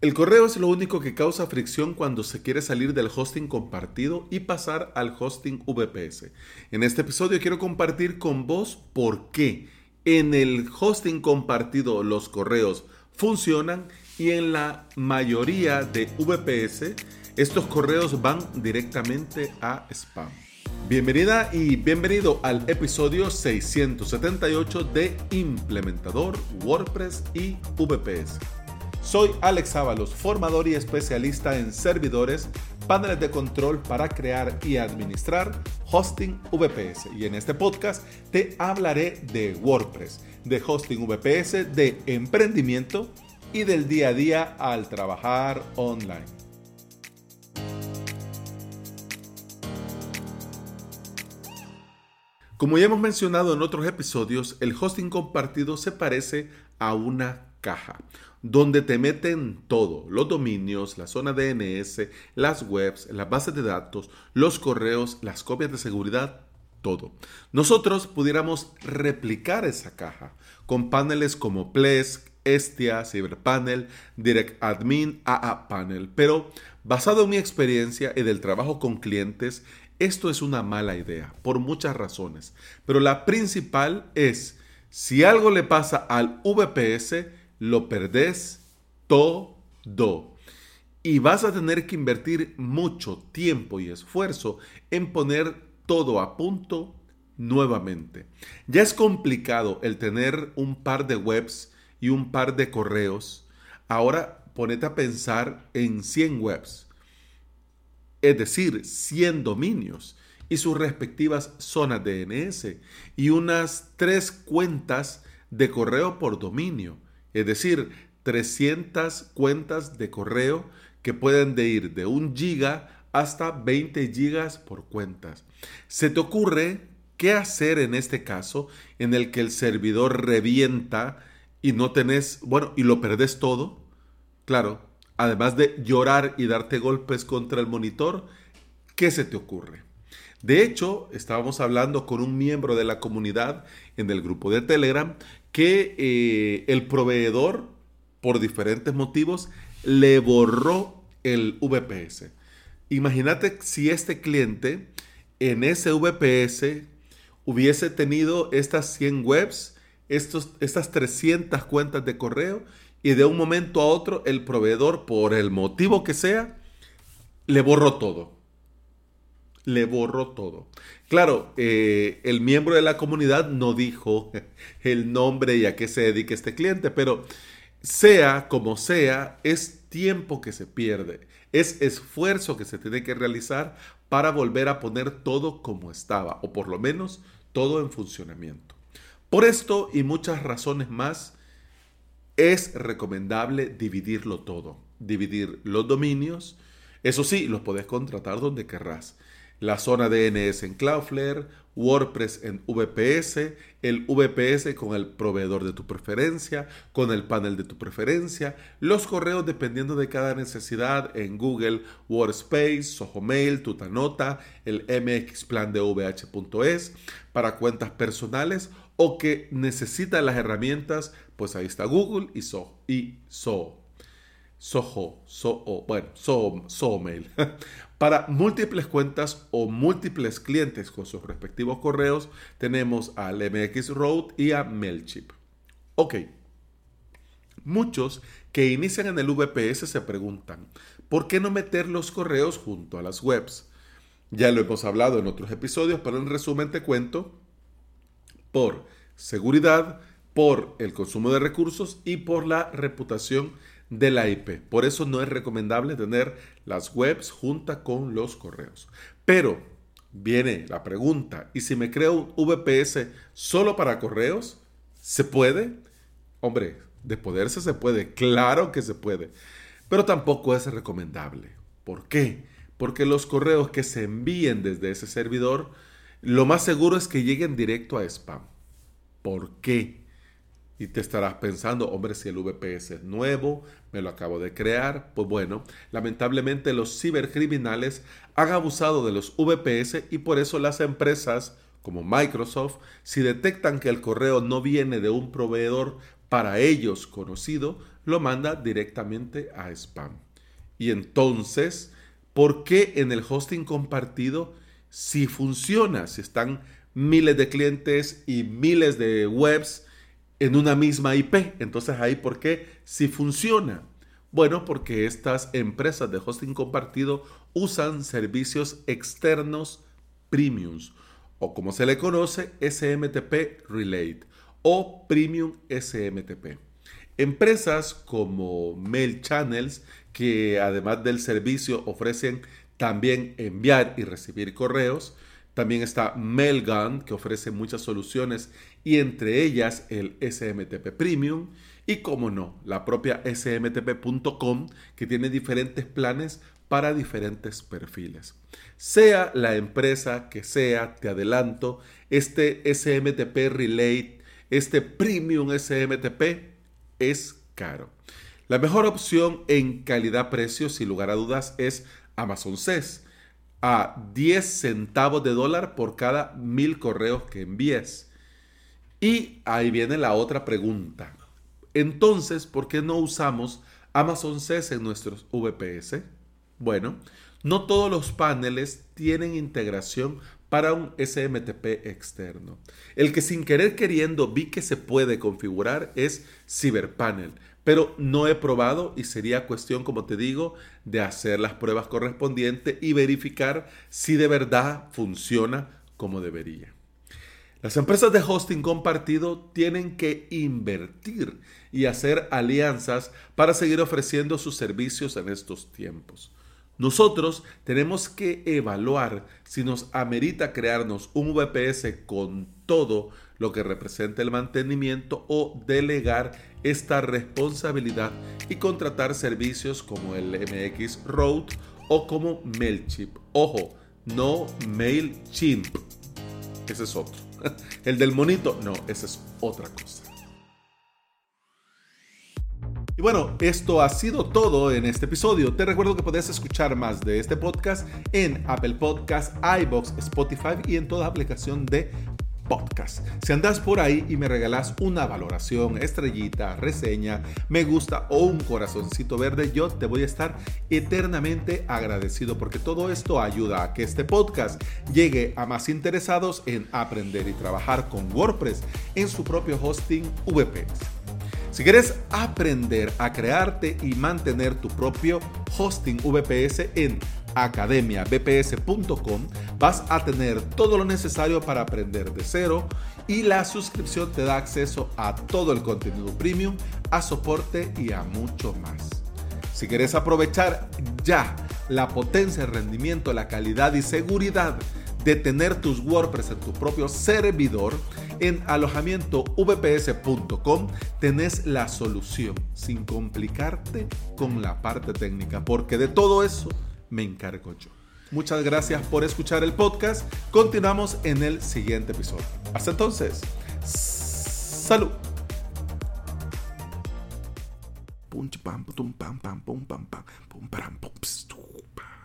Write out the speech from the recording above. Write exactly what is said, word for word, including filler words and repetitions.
El correo es lo único que causa fricción cuando se quiere salir del hosting compartido y pasar al hosting V P S. En este episodio quiero compartir con vos por qué en el hosting compartido los correos funcionan y en la mayoría de V P S estos correos van directamente a spam. Bienvenida y bienvenido al episodio seiscientos setenta y ocho de Implementador WordPress y V P S. Soy Alex Ábalos, formador y especialista en servidores, paneles de control para crear y administrar hosting V P S. Y en este podcast te hablaré de WordPress, de hosting V P S, de emprendimiento y del día a día al trabajar online. Como ya hemos mencionado en otros episodios, el hosting compartido se parece a una caja, donde te meten todo, los dominios, la zona D N S, las webs, las bases de datos, los correos, las copias de seguridad, todo. Nosotros pudiéramos replicar esa caja con paneles como Plesk, Estia, CyberPanel, DirectAdmin, A A Panel, pero basado en mi experiencia y del trabajo con clientes, esto es una mala idea por muchas razones, pero la principal es, si algo le pasa al V P S, lo perdés todo. Y vas a tener que invertir mucho tiempo y esfuerzo en poner todo a punto nuevamente. Ya es complicado el tener un par de webs y un par de correos. Ahora ponete a pensar en cien webs, es decir, cien dominios y sus respectivas zonas D N S y unas tres cuentas de correo por dominio. Es decir, trescientas cuentas de correo que pueden de ir de un giga hasta veinte gigas por cuentas. ¿Se te ocurre qué hacer en este caso en el que el servidor revienta y no tenés, bueno, y lo perdés todo? Claro, además de llorar y darte golpes contra el monitor, ¿qué se te ocurre? De hecho, estábamos hablando con un miembro de la comunidad en el grupo de Telegram que eh, el proveedor, por diferentes motivos, le borró el V P S. Imagínate si este cliente en ese V P S hubiese tenido estas cien webs, estos, estas trescientas cuentas de correo y de un momento a otro el proveedor, por el motivo que sea, le borró todo. Le borró todo. Claro, eh, el miembro de la comunidad no dijo el nombre y a qué se dedica este cliente, pero sea como sea, es tiempo que se pierde, es esfuerzo que se tiene que realizar para volver a poner todo como estaba, o por lo menos todo en funcionamiento. Por esto y muchas razones más, es recomendable dividirlo todo, dividir los dominios. Eso sí, los podés contratar donde querrás. La zona D N S en Cloudflare, WordPress en V P S, el V P S con el proveedor de tu preferencia, con el panel de tu preferencia, los correos dependiendo de cada necesidad en Google, Workspace, Zoho Mail, Tutanota, el M X Plan de V H punto es para cuentas personales o que necesitan las herramientas, pues ahí está Google y Zoho. Y Zoho. Zoho, Zoho, bueno, Zoho, Zoho Mail. Para múltiples cuentas o múltiples clientes con sus respectivos correos, tenemos al M X Road y a Mailchimp. Ok. Muchos que inician en el V P S se preguntan, ¿por qué no meter los correos junto a las webs? Ya lo hemos hablado en otros episodios, pero en resumen te cuento, por seguridad, por el consumo de recursos y por la reputación de la I P. Por eso no es recomendable tener las webs junto con los correos. Pero viene la pregunta, ¿y si me creo un V P S solo para correos? ¿Se puede? Hombre, de poderse se puede, claro que se puede, pero tampoco es recomendable. ¿Por qué? Porque los correos que se envíen desde ese servidor, lo más seguro es que lleguen directo a spam. ¿Por qué? Y te estarás pensando, hombre, si el V P S es nuevo, me lo acabo de crear. Pues bueno, lamentablemente los cibercriminales han abusado de los V P S y por eso las empresas como Microsoft, si detectan que el correo no viene de un proveedor para ellos conocido, lo manda directamente a spam. Y entonces, ¿por qué en el hosting compartido si funciona? Si están miles de clientes y miles de webs en una misma I P. Entonces ahí, ¿por qué si funciona? Bueno, porque estas empresas de hosting compartido usan servicios externos premiums, o como se le conoce, S M T P Relate o Premium S M T P. Empresas como MailChannels, que además del servicio ofrecen también enviar y recibir correos. También está Mailgun, que ofrece muchas soluciones y entre ellas el S M T P Premium. Y como no, la propia S M T P punto com, que tiene diferentes planes para diferentes perfiles. Sea la empresa que sea, te adelanto, este S M T P Relate, este Premium S M T P es caro. La mejor opción en calidad-precio, sin lugar a dudas, es Amazon S E S, a diez centavos de dólar por cada mil correos que envíes. Y ahí viene la otra pregunta. Entonces, ¿por qué no usamos Amazon S E S en nuestros V P S? Bueno, no todos los paneles tienen integración para un S M T P externo. El que sin querer queriendo vi que se puede configurar es CyberPanel, pero no he probado y sería cuestión, como te digo, de hacer las pruebas correspondientes y verificar si de verdad funciona como debería. Las empresas de hosting compartido tienen que invertir y hacer alianzas para seguir ofreciendo sus servicios en estos tiempos. Nosotros tenemos que evaluar si nos amerita crearnos un V P S con todo lo que representa el mantenimiento o delegar esta responsabilidad y contratar servicios como el M X Route o como MailChimp. Ojo, no MailChimp. Ese es otro. El del monito, no, esa es otra cosa. Y bueno, esto ha sido todo en este episodio. Te recuerdo que puedes escuchar más de este podcast en Apple Podcasts, iVoox, Spotify y en toda aplicación de podcast. Si andas por ahí y me regalas una valoración, estrellita, reseña, me gusta o un corazoncito verde, yo te voy a estar eternamente agradecido porque todo esto ayuda a que este podcast llegue a más interesados en aprender y trabajar con WordPress en su propio hosting V P S. Si quieres aprender a crearte y mantener tu propio hosting V P S en academia b p s punto com, vas a tener todo lo necesario para aprender de cero y la suscripción te da acceso a todo el contenido premium, a soporte y a mucho más. Si quieres aprovechar ya la potencia, el rendimiento, la calidad y seguridad de tener tus WordPress en tu propio servidor, en alojamiento v p s punto com tenés la solución sin complicarte con la parte técnica, porque de todo eso me encargo yo. Muchas gracias por escuchar el podcast. Continuamos en el siguiente episodio. Hasta entonces, salud. Pum, pam, pum, pam, pam, pum, pam, pam, pum, pam, pum, pam.